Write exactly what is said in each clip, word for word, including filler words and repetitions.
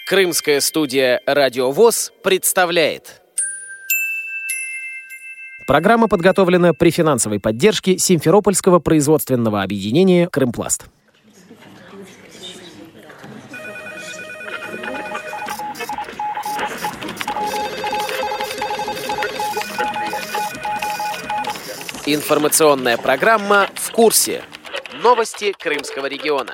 Крымская студия «Радио ВОС» представляет. Программа подготовлена при финансовой поддержке Симферопольского производственного объединения «Крымпласт». Информационная программа «В курсе». Новости Крымского региона.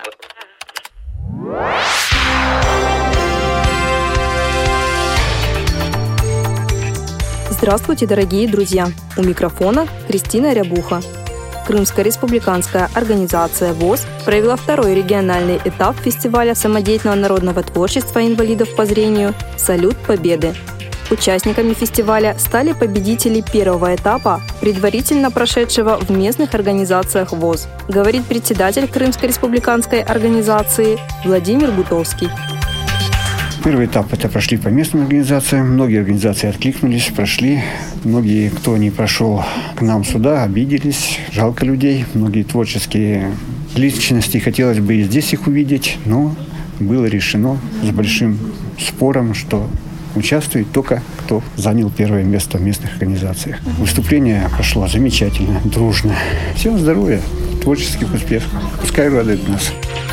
Здравствуйте, дорогие друзья! У микрофона Кристина Рябуха. Крымская республиканская организация ВОС провела второй региональный этап фестиваля самодеятельного народного творчества инвалидов по зрению «Салют Победы». Участниками фестиваля стали победители первого этапа, предварительно прошедшего в местных организациях ВОС, говорит председатель Крымской республиканской организации Владимир Гутовский. Первый этап это прошли по местным организациям. Многие организации откликнулись, прошли. Многие, кто не прошел к нам сюда, обиделись. Жалко людей. Многие творческие личности хотелось бы и здесь их увидеть, но было решено с большим спором, что участвует только кто занял первое место в местных организациях. Выступление прошло замечательно, дружно. Всем здоровья, творческих успехов. Пускай радует нас.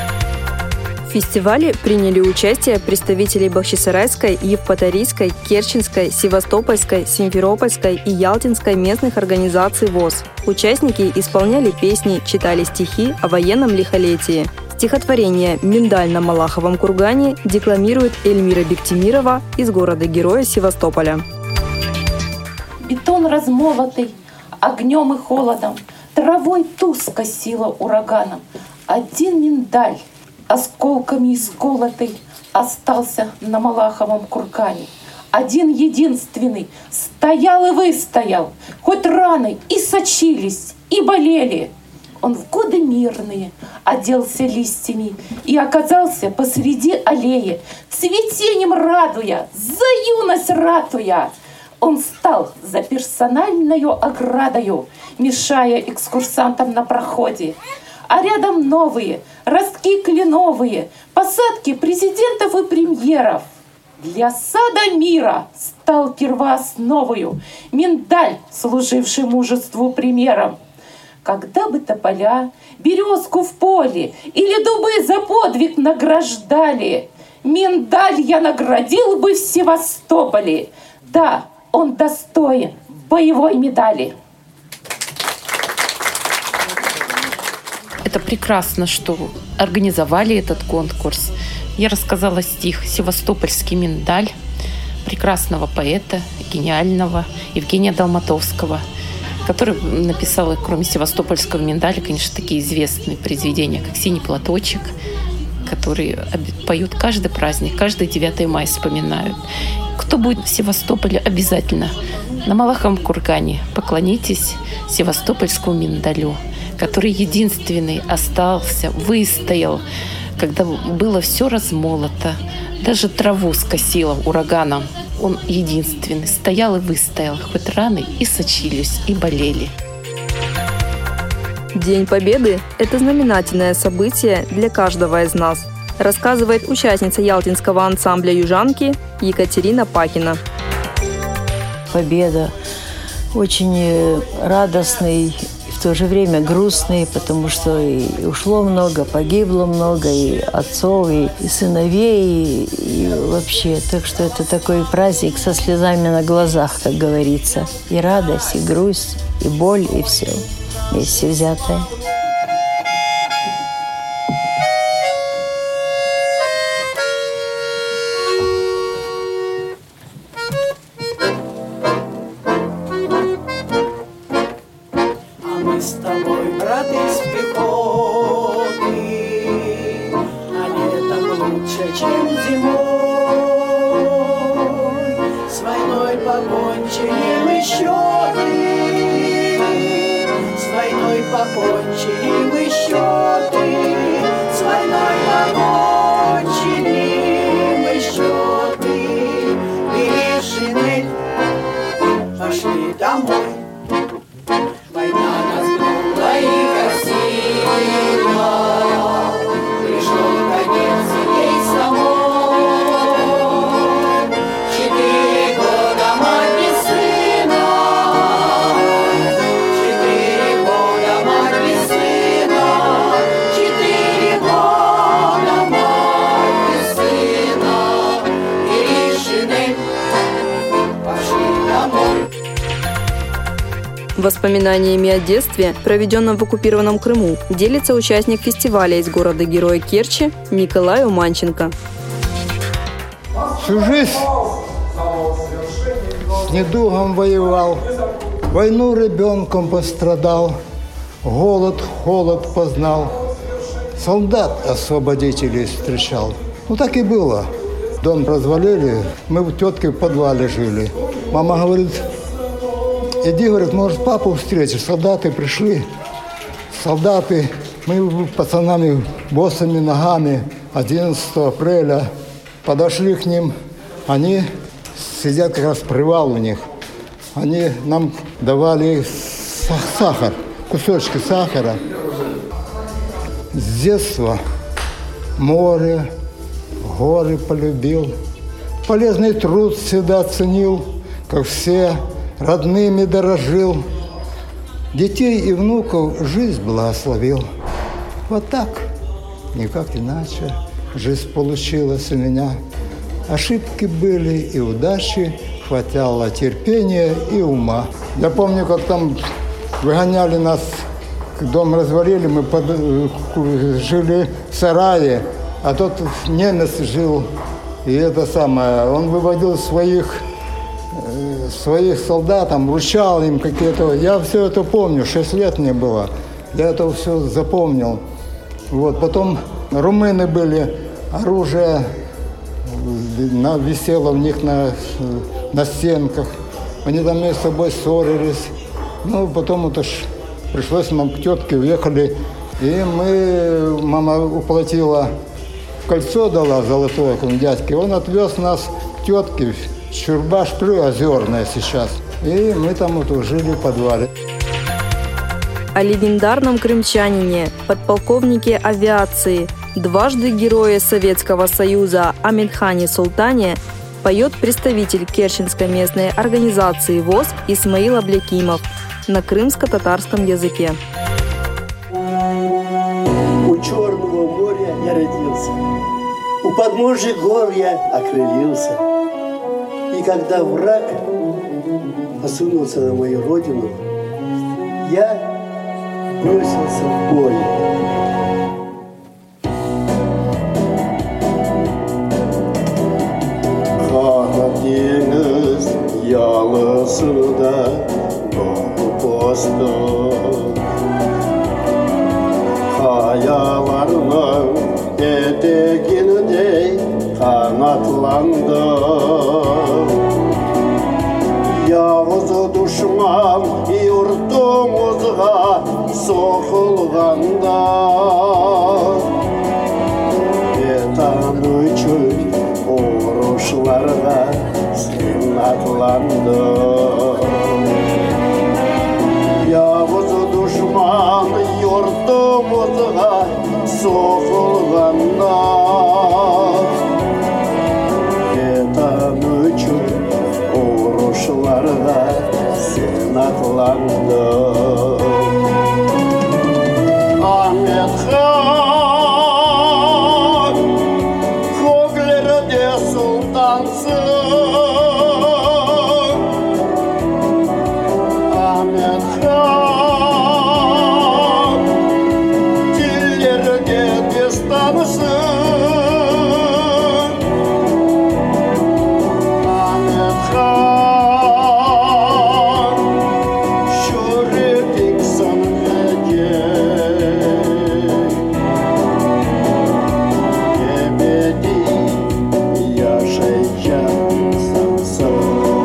В фестивале приняли участие представители Бахчисарайской, Евпаторийской, Керченской, Севастопольской, Симферопольской и Ялтинской местных организаций ВОС. Участники исполняли песни, читали стихи о военном лихолетии. Стихотворение «Миндаль на Малаховом кургане» декламирует Эльмира Бектимирова из города-героя Севастополя. Бетон размолотый огнем и холодом, травой туз косило ураганом. Один миндаль, осколками исколотый, остался на Малаховом кургане. Один единственный стоял и выстоял, хоть раны и сочились, и болели. Он в годы мирные оделся листьями и оказался посреди аллеи, цветением радуя, за юность ратуя. Он стал за персональною оградою, мешая экскурсантам на проходе. А рядом новые, ростки кленовые, посадки президентов и премьеров. Для сада мира стал первоосновою миндаль, служивший мужеству примером. Когда бы тополя березку в поле или дубы за подвиг награждали, миндаль я наградил бы в Севастополе. Да, он достоин боевой медали. Это прекрасно, что организовали этот конкурс. Я рассказала стих «Севастопольский миндаль» прекрасного поэта, гениального Евгения Долматовского, который написал, кроме «Севастопольского миндаля», конечно, такие известные произведения, как «Синий платочек», которые поют каждый праздник, каждый девятое мая вспоминают. Кто будет в Севастополе, обязательно на Малаховом кургане поклонитесь Севастопольскому миндалю, который единственный остался, выстоял, когда было все размолото, даже траву скосило ураганом. Он единственный стоял и выстоял, хоть раны и сочились, и болели. День Победы – это знаменательное событие для каждого из нас, рассказывает участница ялтинского ансамбля «Южанки» Екатерина Пакина. Победа очень радостный, в то же время грустный, потому что и ушло много, погибло много и отцов, и, и сыновей, и, и вообще. Так что это такой праздник со слезами на глазах, как говорится. И радость, и грусть, и боль, и все вместе взятое. Покончили мы счеты, с войной покончили мы счеты, и шинель пошли домой. Война нас гнула и косила, пришел конец ей самой. Воспоминаниями о детстве, проведенном в оккупированном Крыму, делится участник фестиваля из города-героя Керчи Николай Уманченко. Всю жизнь с недугом воевал, войну ребенком пострадал, голод, холод познал, солдат-освободителей встречал. Ну так и было. Дом развалили, мы у тетки в подвале жили. Мама говорит: иди, говорит, может, папу встретишь. Солдаты пришли. Солдаты, мы пацанами босыми ногами одиннадцатого апреля подошли к ним. Они сидят, как раз привал у них. Они нам давали сахар, кусочки сахара. С детства море, горы полюбил. Полезный труд всегда ценил, как все, родными дорожил. Детей и внуков жизнь благословил. Вот так, никак иначе, жизнь получилась у меня. Ошибки были и удачи, хватало терпения и ума. Я помню, как там выгоняли нас, дом развалили, мы под, жили в сарае, а тот немец жил, и это самое, он выводил своих, своих солдат, там, вручал им какие-то, я все это помню, шесть лет мне было, я это все запомнил. Вот, потом румыны были, оружие на, висело у них на, на стенках, они там между собой ссорились, ну, потом это ж пришлось нам к тетке, уехали, и мы, мама уплатила, кольцо дала золотое к дядьке, он отвез нас к тетке, Чурбаш, Озерная сейчас, и мы там вот жили в подвале. О легендарном крымчанине, подполковнике авиации, дважды Герое Советского Союза Аминхане Султане поет представитель Керченской местной организации ВОС Исмаил Аблякимов на крымско-татарском языке. У Черного моря я родился, у подножья гор я окрылился. И когда враг посунулся на мою родину, я бросился в бой. Қара теңіз ялысуда босты, қаяларының етегіндей қанатланды. Yağız düşman yurtumuzga sokulganda, Vatan üçün uğraşlarga sen atlandı. Yağız düşman yurtumuzga sokulganda, Vatan üçün uğraşlarga sen atlandın. Ahmet Han, Köklerde sultansın. Ahmet Han, dillerde destanısın. Ahmet Han, şöhretin sana gel. Ebedi yaşayacaksın.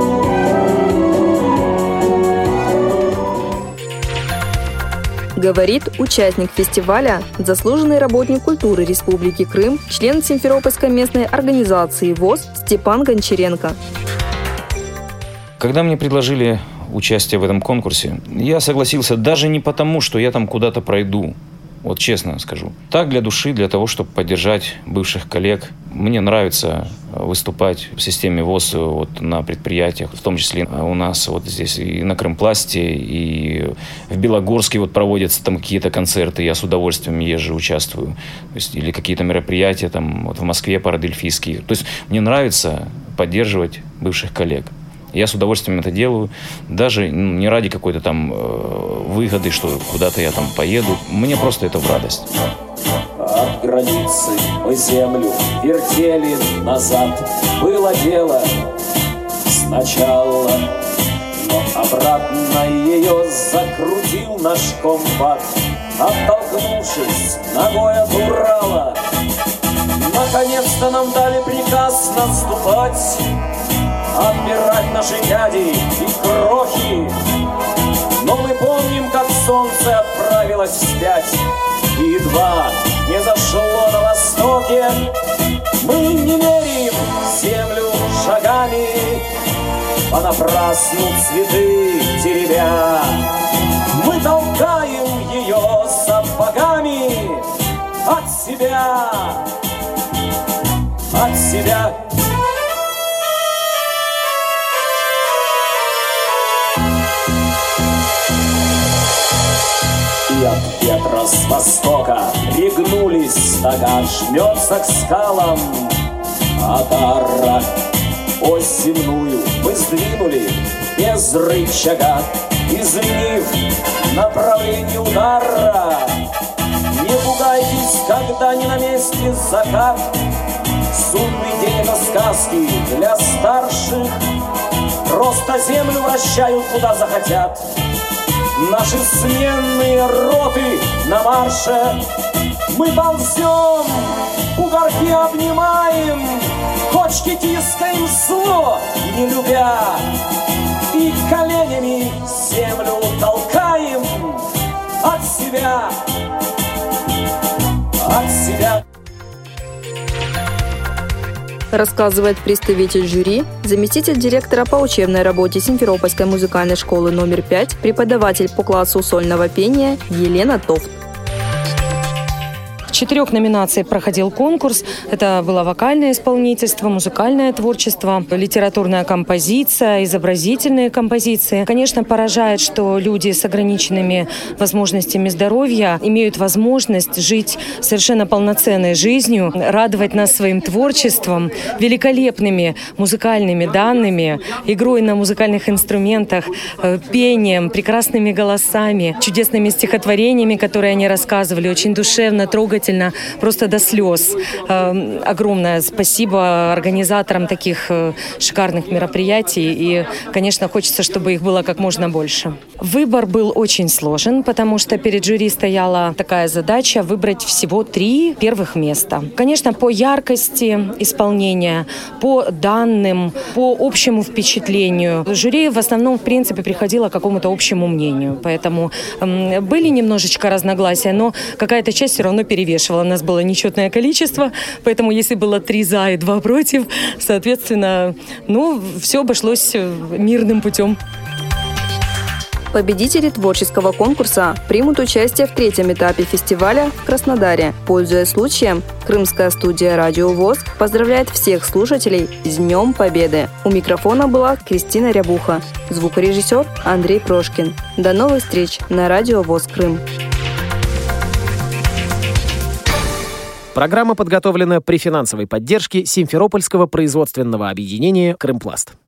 Говорит участник фестиваля, заслуженный работник культуры Республики Крым, член Симферопольской местной организации ВОС Степан Гончаренко. Когда мне предложили участие в этом конкурсе, я согласился даже не потому, что я там куда-то пройду. Вот честно скажу. Так, для души, для того, чтобы поддержать бывших коллег. Мне нравится выступать в системе ВОС вот, на предприятиях, в том числе у нас вот здесь и на Крымпласте, и в Белогорске вот проводятся там какие-то концерты, я с удовольствием езжу, участвую. То есть, или какие-то мероприятия там вот в Москве, Парадельфийские. То есть мне нравится поддерживать бывших коллег. Я с удовольствием это делаю, даже ну, не ради какой-то там э, выгоды, что куда-то я там поеду. Мне просто это в радость. От границы мы землю вертели назад. Было дело сначала, но обратно ее закрутил наш комбат, оттолкнувшись ногой от Урала. Наконец-то нам дали приказ наступать, отбирать наши дяди и крохи. Но мы помним, как солнце отправилось вспять, и едва не зашло на востоке. Мы не меряем землю шагами, понапрасну цветы теребя. Мы толкаем ее сапогами от себя, от себя. И от ветра с востока пригнулись стога, жмется к скалам Атара. Ось земную мы сдвинули без рычага, изменив направление удара. Не пугайтесь, когда не на месте закат. Судный день — это сказки для старших. Просто землю вращают куда захотят. Наши сменные роты на марше. Мы ползем, бугорки обнимаем, кочки тискаем зло не любя, и коленями землю толкаем от себя, от себя. Рассказывает представитель жюри, заместитель директора по учебной работе Симферопольской музыкальной школы номер пять, преподаватель по классу сольного пения Елена Тофт. В четырех номинациях проходил конкурс. Это было вокальное исполнительство, музыкальное творчество, литературная композиция, изобразительные композиции. Конечно, поражает, что люди с ограниченными возможностями здоровья имеют возможность жить совершенно полноценной жизнью, радовать нас своим творчеством, великолепными музыкальными данными, игрой на музыкальных инструментах, пением, прекрасными голосами, чудесными стихотворениями, которые они рассказывали, очень душевно, трогательно, просто до слез. Э, огромное спасибо организаторам таких э, шикарных мероприятий. И, конечно, хочется, чтобы их было как можно больше. Выбор был очень сложен, потому что перед жюри стояла такая задача выбрать всего три первых места. Конечно, по яркости исполнения, по данным, по общему впечатлению. Жюри в основном, в принципе, приходило к какому-то общему мнению. Поэтому э, были немножечко разногласия, но какая-то часть все равно перевешивала. У нас было нечетное количество, поэтому если было три за и два против, соответственно, ну, все обошлось мирным путем. Победители творческого конкурса примут участие в третьем этапе фестиваля в Краснодаре. Пользуясь случаем, Крымская студия «Радио ВОС» поздравляет всех слушателей с Днем Победы. У микрофона была Кристина Рябуха, звукорежиссер Андрей Прошкин. До новых встреч на Радио ВОС Крым. Программа подготовлена при финансовой поддержке Симферопольского производственного объединения «Крымпласт».